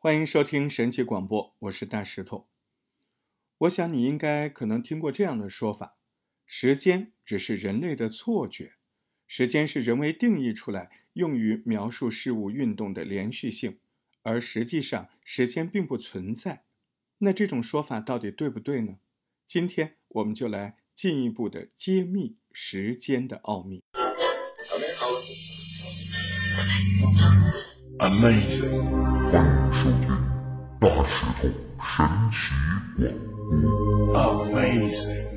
欢迎收听神奇广播，我是大石头。我想你应该可能听过这样的说法，时间只是人类的错觉，时间是人为定义出来用于描述事物运动的连续性，而实际上时间并不存在。那这种说法到底对不对呢？今天我们就来进一步的揭秘时间的奥秘。 Amazing， 欢迎收听大石头神奇广播。Amazing。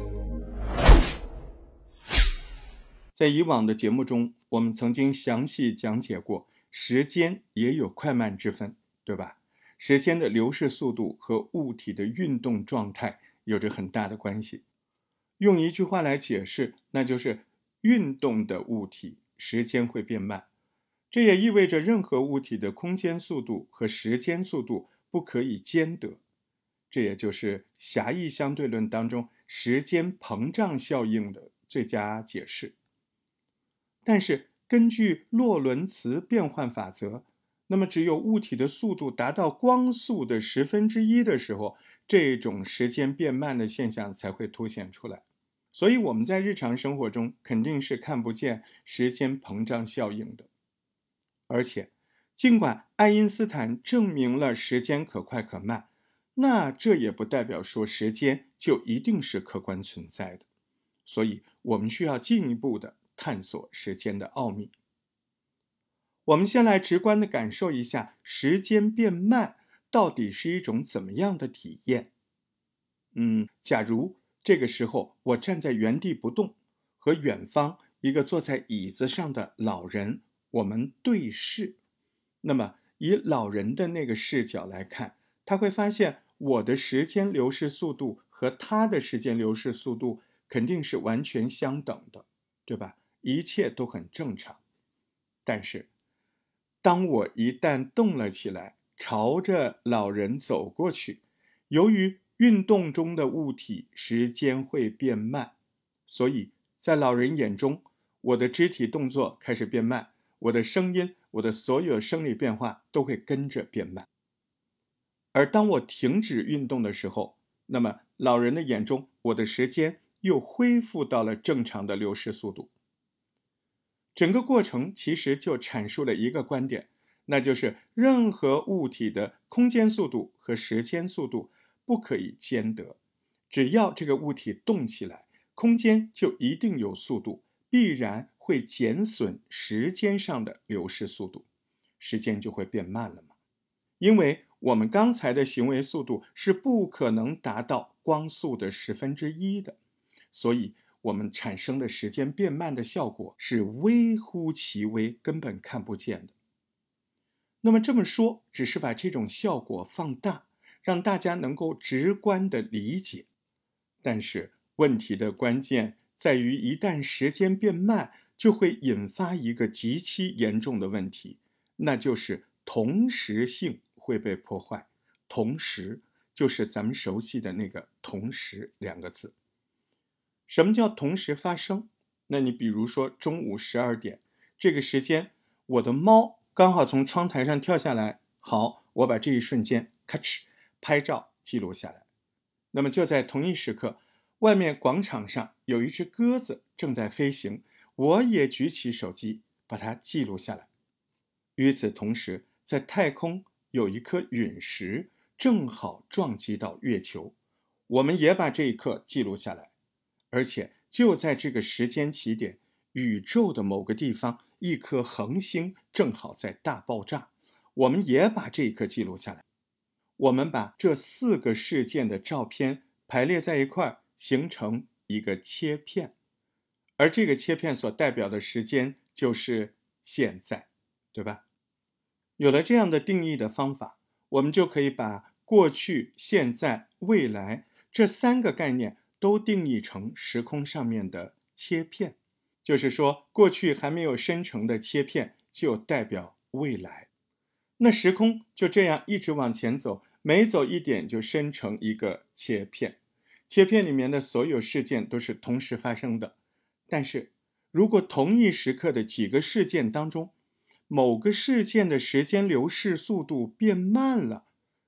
在以往的节目中，我们曾经详细讲解过，时间也有快慢之分，对吧？时间的流逝速度和物体的运动状态有着很大的关系。用一句话来解释，那就是运动的物体时间会变慢。这也意味着任何物体的空间速度和时间速度不可以兼得。这也就是狭义相对论当中时间膨胀效应的最佳解释。但是根据洛伦茨变换法则，那么只有物体的速度达到光速的1/10的时候，这种时间变慢的现象才会凸显出来。所以我们在日常生活中肯定是看不见时间膨胀效应的。而且尽管爱因斯坦证明了时间可快可慢，那这也不代表说时间就一定是客观存在的。所以我们需要进一步的探索时间的奥秘。我们先来直观的感受一下时间变慢到底是一种怎么样的体验。假如这个时候我站在原地不动，和远方一个坐在椅子上的老人我们对视，那么以老人的那个视角来看，他会发现我的时间流逝速度和他的时间流逝速度肯定是完全相等的，对吧？一切都很正常。但是当我一旦动了起来，朝着老人走过去，由于运动中的物体时间会变慢，所以在老人眼中，我的肢体动作开始变慢，我的声音，我的所有生理变化都会跟着变慢。而当我停止运动的时候，那么老人的眼中，我的时间又恢复到了正常的流逝速度。整个过程其实就阐述了一个观点，那就是任何物体的空间速度和时间速度不可以兼得。只要这个物体动起来，空间就一定有速度，必然会减损时间上的流逝速度，时间就会变慢了嘛。因为我们刚才的行为速度是不可能达到光速的1/10的，所以我们产生的时间变慢的效果是微乎其微，根本看不见的。那么这么说，只是把这种效果放大，让大家能够直观地理解。但是问题的关键在于，一旦时间变慢，就会引发一个极其严重的问题，那就是同时性会被破坏。同时就是咱们熟悉的那个同时2个字。什么叫同时发生？那你比如说中午12点，这个时间我的猫刚好从窗台上跳下来，好，我把这一瞬间咔哧拍照记录下来。那么就在同一时刻，外面广场上有一只鸽子正在飞行，我也举起手机把它记录下来。与此同时，在太空有一颗陨石正好撞击到月球，我们也把这一刻记录下来。而且就在这个时间起点，宇宙的某个地方一颗恒星正好在大爆炸，我们也把这一刻记录下来。我们把这4个事件的照片排列在一块，形成一个切片，而这个切片所代表的时间就是现在，对吧？有了这样的定义的方法，我们就可以把过去、现在、未来这3个概念都定义成时空上面的切片。就是说，过去还没有生成的切片就代表未来。那时空就这样一直往前走，每走一点就生成一个切片。切片里面的所有事件都是同时发生的。但是如果同一时刻的几个事件当中，某个事件的时间流逝速度变慢了，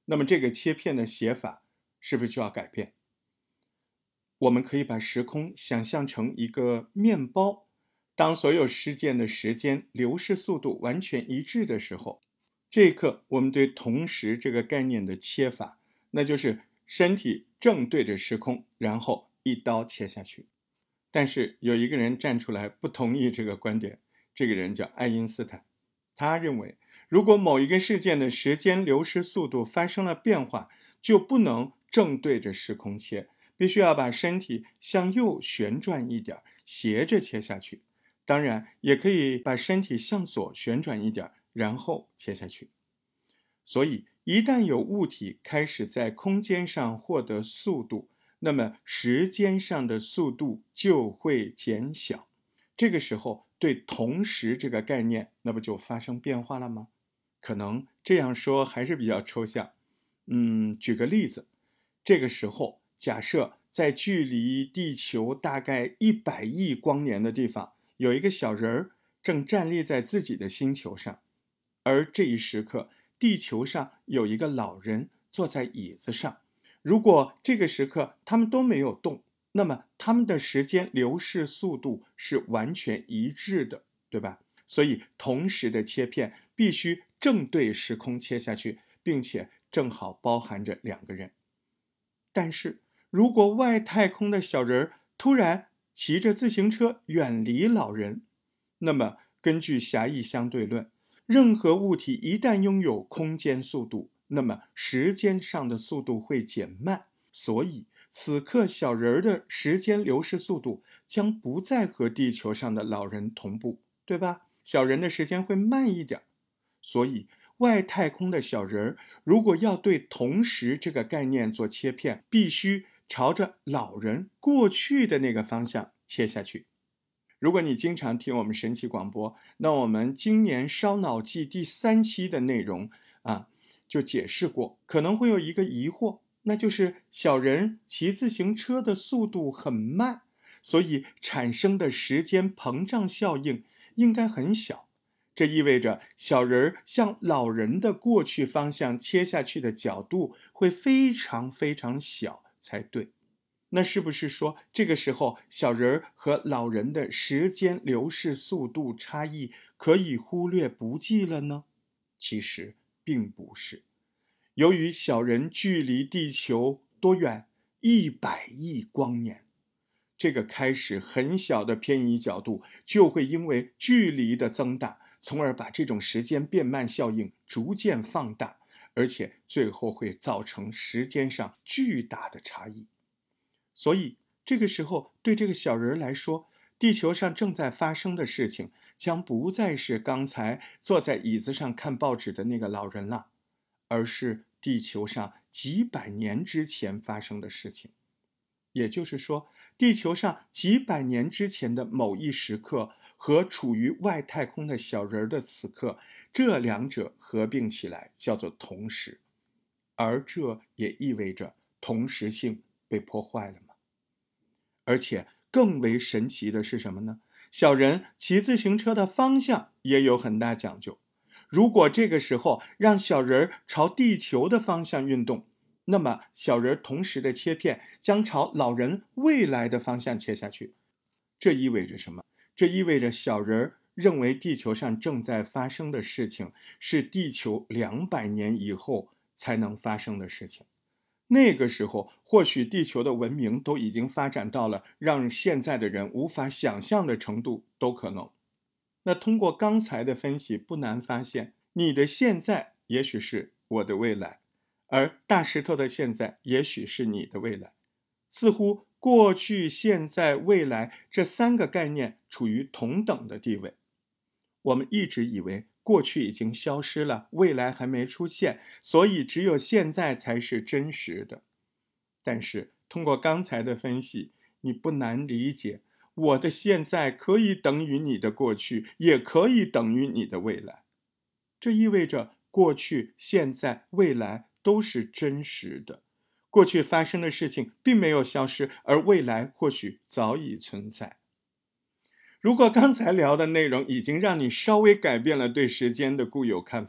那么这个切片的写法是不是就要改变？我们可以把时空想象成一个面包，当所有事件的时间流逝速度完全一致的时候，这一刻我们对同时这个概念的切法，那就是身体正对着时空，然后一刀切下去。但是有一个人站出来不同意这个观点，这个人叫爱因斯坦。他认为，如果某一个事件的时间流逝速度发生了变化，就不能正对着时空切，必须要把身体向右旋转一点，斜着切下去。当然，也可以把身体向左旋转一点，然后切下去。所以，一旦有物体开始在空间上获得速度，那么时间上的速度就会减小。这个时候，对同时这个概念，那不就发生变化了吗？可能这样说还是比较抽象。举个例子，这个时候假设在距离地球大概100亿光年的地方，有一个小人儿正站立在自己的星球上，而这一时刻，地球上有一个老人坐在椅子上。如果这个时刻他们都没有动，那么他们的时间流逝速度是完全一致的，对吧？所以同时的切片必须正对时空切下去，并且正好包含着2个人。但是如果外太空的小人突然骑着自行车远离老人，那么根据狭义相对论，任何物体一旦拥有空间速度，那么时间上的速度会减慢，所以此刻小人的时间流逝速度将不再和地球上的老人同步，对吧？小人的时间会慢一点。所以外太空的小人如果要对同时这个概念做切片，必须朝着老人过去的那个方向切下去。如果你经常听我们神奇广播，那我们今年烧脑季第3期的内容就解释过，可能会有一个疑惑，那就是小人骑自行车的速度很慢，所以产生的时间膨胀效应应该很小。这意味着小人向老人的过去方向切下去的角度会非常非常小才对。那是不是说这个时候小人和老人的时间流逝速度差异可以忽略不计了呢？其实并不是。由于小人距离地球多远？100亿光年。这个开始很小的偏移角度就会因为距离的增大，从而把这种时间变慢效应逐渐放大，而且最后会造成时间上巨大的差异。所以这个时候对这个小人来说，地球上正在发生的事情将不再是刚才坐在椅子上看报纸的那个老人了，而是地球上几百年之前发生的事情。也就是说，地球上几百年之前的某一时刻和处于外太空的小人的此刻，这2者合并起来叫做同时。而这也意味着同时性被破坏了吗？而且更为神奇的是什么呢？小人骑自行车的方向也有很大讲究。如果这个时候让小人朝地球的方向运动，那么小人同时的切片将朝老人未来的方向切下去。这意味着什么？这意味着小人认为地球上正在发生的事情是地球200年以后才能发生的事情。那个时候，或许地球的文明都已经发展到了让现在的人无法想象的程度，都可能。那通过刚才的分析，不难发现，你的现在也许是我的未来，而大石头的现在也许是你的未来。似乎过去、现在、未来这3个概念处于同等的地位。我们一直以为过去已经消失了，未来还没出现，所以只有现在才是真实的。但是通过刚才的分析，你不难理解，我的现在可以等于你的过去，也可以等于你的未来。这意味着过去、现在、未来都是真实的。过去发生的事情并没有消失，而未来或许早已存在。如果刚才聊的内容已经让你稍微改变了对时间的固有看法，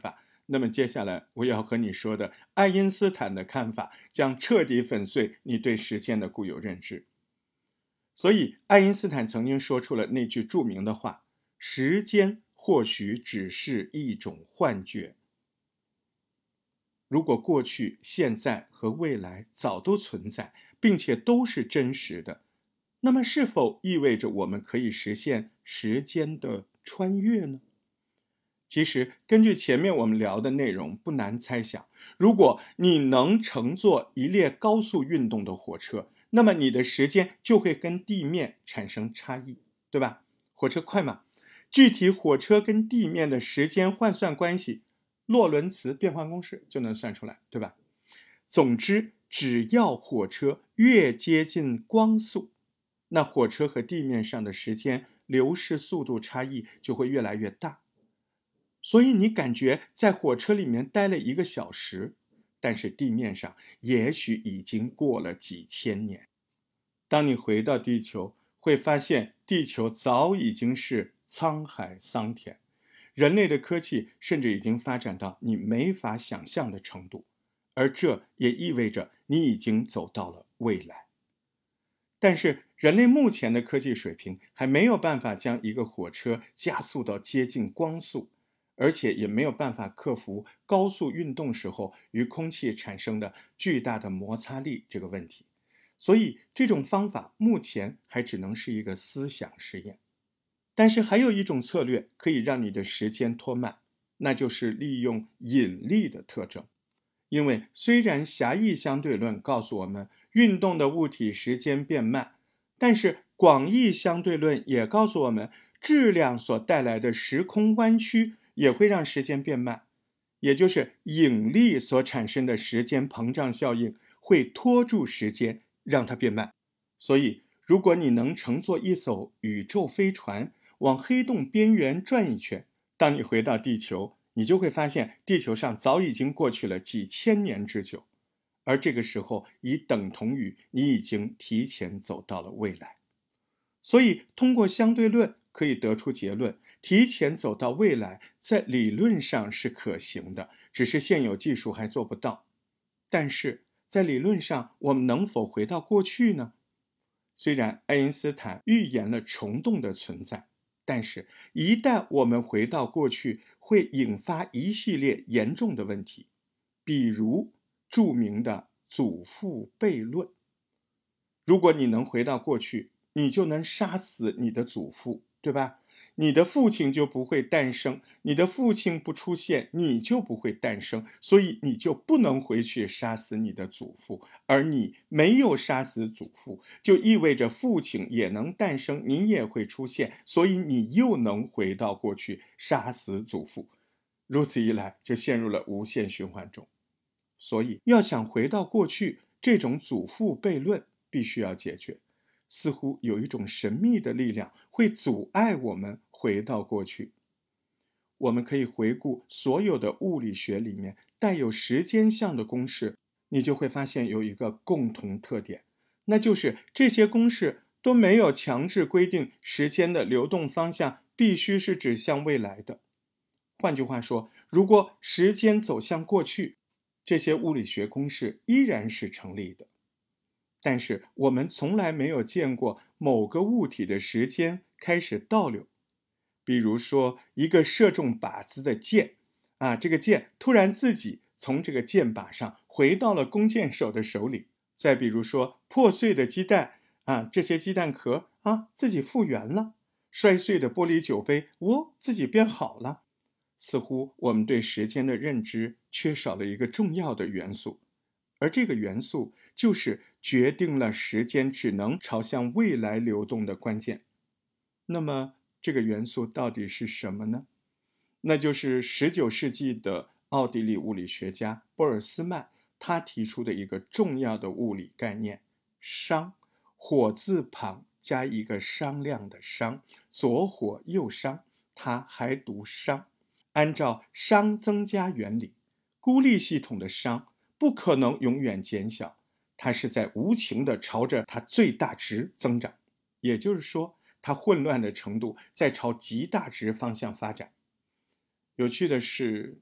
那么接下来我要和你说的爱因斯坦的看法将彻底粉碎你对时间的固有认知。所以爱因斯坦曾经说出了那句著名的话，时间或许只是一种幻觉。如果过去、现在和未来早都存在，并且都是真实的，那么是否意味着我们可以实现时间的穿越呢？其实根据前面我们聊的内容，不难猜想，如果你能乘坐一列高速运动的火车，那么你的时间就会跟地面产生差异，对吧？火车快嘛，具体火车跟地面的时间换算关系，洛伦茨变换公式就能算出来，对吧？总之，只要火车越接近光速，那火车和地面上的时间流逝速度差异就会越来越大。所以你感觉在火车里面待了1个小时，但是地面上也许已经过了几千年。当你回到地球，会发现地球早已经是沧海桑田，人类的科技甚至已经发展到你没法想象的程度，而这也意味着你已经走到了未来。但是人类目前的科技水平还没有办法将一个火车加速到接近光速，而且也没有办法克服高速运动时候与空气产生的巨大的摩擦力这个问题。所以这种方法目前还只能是一个思想实验。但是还有一种策略可以让你的时间拖慢，那就是利用引力的特征。因为虽然狭义相对论告诉我们运动的物体时间变慢，但是广义相对论也告诉我们质量所带来的时空弯曲也会让时间变慢，也就是引力所产生的时间膨胀效应会拖住时间，让它变慢。所以如果你能乘坐一艘宇宙飞船往黑洞边缘转一圈，当你回到地球，你就会发现地球上早已经过去了几千年之久，而这个时候已等同于你已经提前走到了未来。所以通过相对论可以得出结论，提前走到未来在理论上是可行的，只是现有技术还做不到。但是在理论上我们能否回到过去呢？虽然爱因斯坦预言了虫洞的存在，但是一旦我们回到过去，会引发一系列严重的问题，比如著名的祖父悖论。如果你能回到过去，你就能杀死你的祖父，对吧？你的父亲就不会诞生，你的父亲不出现，你就不会诞生，所以你就不能回去杀死你的祖父，而你没有杀死祖父，就意味着父亲也能诞生，你也会出现，所以你又能回到过去杀死祖父，如此一来就陷入了无限循环中。所以要想回到过去，这种祖父悖论必须要解决。似乎有一种神秘的力量会阻碍我们回到过去。我们可以回顾所有的物理学里面带有时间项的公式，你就会发现有一个共同特点，那就是这些公式都没有强制规定时间的流动方向必须是指向未来的。换句话说，如果时间走向过去，这些物理学公式依然是成立的。但是我们从来没有见过某个物体的时间开始倒流。比如说一个射中靶子的箭，这个箭突然自己从这个箭靶上回到了弓箭手的手里。再比如说破碎的鸡蛋，这些鸡蛋壳自己复原了。摔碎的玻璃酒杯，自己变好了。似乎我们对时间的认知缺少了一个重要的元素，而这个元素就是决定了时间只能朝向未来流动的关键。那么这个元素到底是什么呢？那就是19世纪的奥地利物理学家波尔斯曼他提出的一个重要的物理概念，熵，火字旁加一个商量的商，左火右商，他还读熵。按照熵增加原理，孤立系统的熵不可能永远减小，它是在无情地朝着它最大值增长，也就是说它混乱的程度在朝极大值方向发展。有趣的是，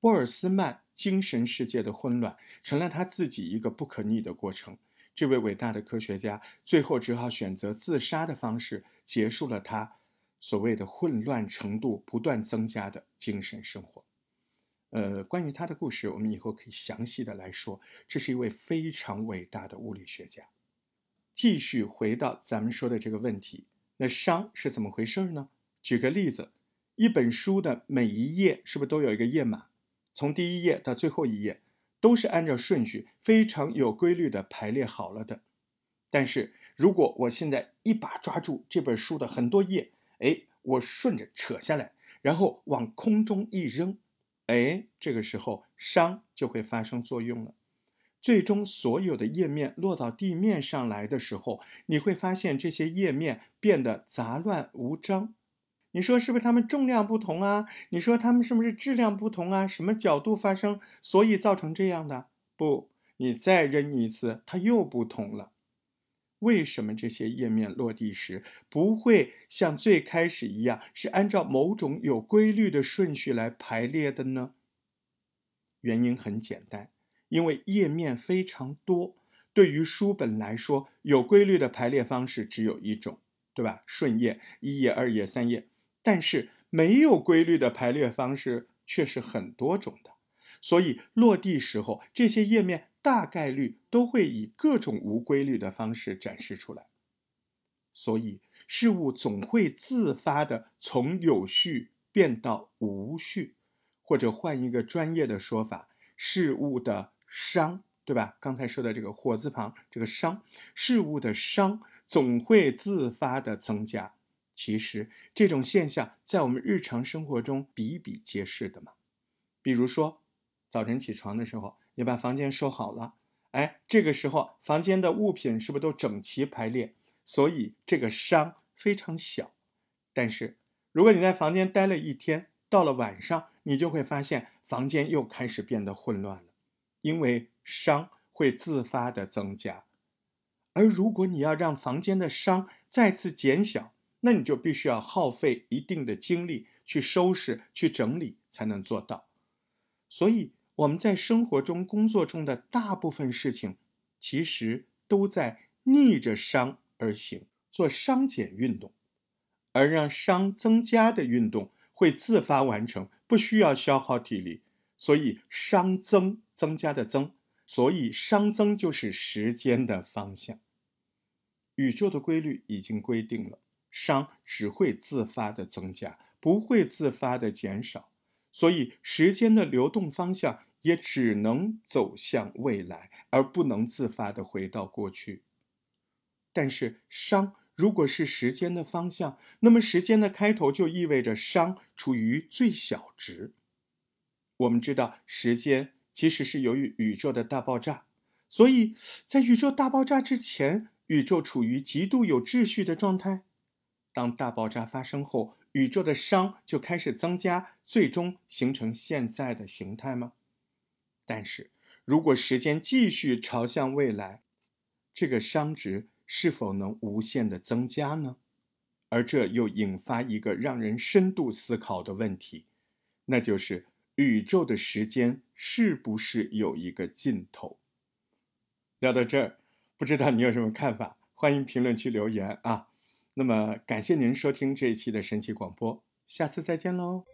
波尔斯曼精神世界的混乱成了他自己一个不可逆的过程。这位伟大的科学家最后只好选择自杀的方式结束了他所谓的混乱程度不断增加的精神生活。关于他的故事我们以后可以详细的来说，这是一位非常伟大的物理学家。继续回到咱们说的这个问题，那熵是怎么回事呢？举个例子，一本书的每一页是不是都有一个页码？从第一页到最后一页都是按照顺序非常有规律的排列好了的。但是如果我现在一把抓住这本书的很多页，我顺着扯下来，然后往空中一扔，这个时候熵就会发生作用了。最终所有的页面落到地面上来的时候，你会发现这些页面变得杂乱无章。你说是不是它们重量不同啊？你说它们是不是质量不同啊？什么角度发生，所以造成这样的？不，你再扔一次，它又不同了。为什么这些页面落地时不会像最开始一样是按照某种有规律的顺序来排列的呢？原因很简单，因为页面非常多，对于书本来说，有规律的排列方式只有一种，对吧？顺页，一页、二页、三页。但是没有规律的排列方式却是很多种的，所以落地时候，这些页面大概率都会以各种无规律的方式展示出来。所以事物总会自发的从有序变到无序，或者换一个专业的说法，事物的熵，对吧？刚才说的这个火字旁，这个熵，事物的熵总会自发的增加。其实这种现象在我们日常生活中比比皆是的嘛。比如说早晨起床的时候，你把房间收好了，这个时候房间的物品是不是都整齐排列？所以这个熵非常小。但是如果你在房间待了一天，到了晚上你就会发现房间又开始变得混乱了，因为熵会自发的增加。而如果你要让房间的熵再次减小，那你就必须要耗费一定的精力去收拾、去整理才能做到。所以我们在生活中、工作中的大部分事情，其实都在逆着熵而行，做熵减运动。而让熵增加的运动会自发完成，不需要消耗体力，所以熵增，增加的增，所以熵增就是时间的方向。宇宙的规律已经规定了，熵只会自发的增加，不会自发的减少，所以时间的流动方向也只能走向未来，而不能自发的回到过去。但是熵如果是时间的方向，那么时间的开头就意味着熵处于最小值。我们知道时间其实是由于宇宙的大爆炸，所以在宇宙大爆炸之前，宇宙处于极度有秩序的状态。当大爆炸发生后，宇宙的熵就开始增加，最终形成现在的形态吗？但是如果时间继续朝向未来，这个熵值是否能无限的增加呢？而这又引发一个让人深度思考的问题，那就是宇宙的时间是不是有一个尽头？聊到这儿，不知道你有什么看法？欢迎评论区留言啊！那么感谢您收听这一期的神奇广播，下次再见喽。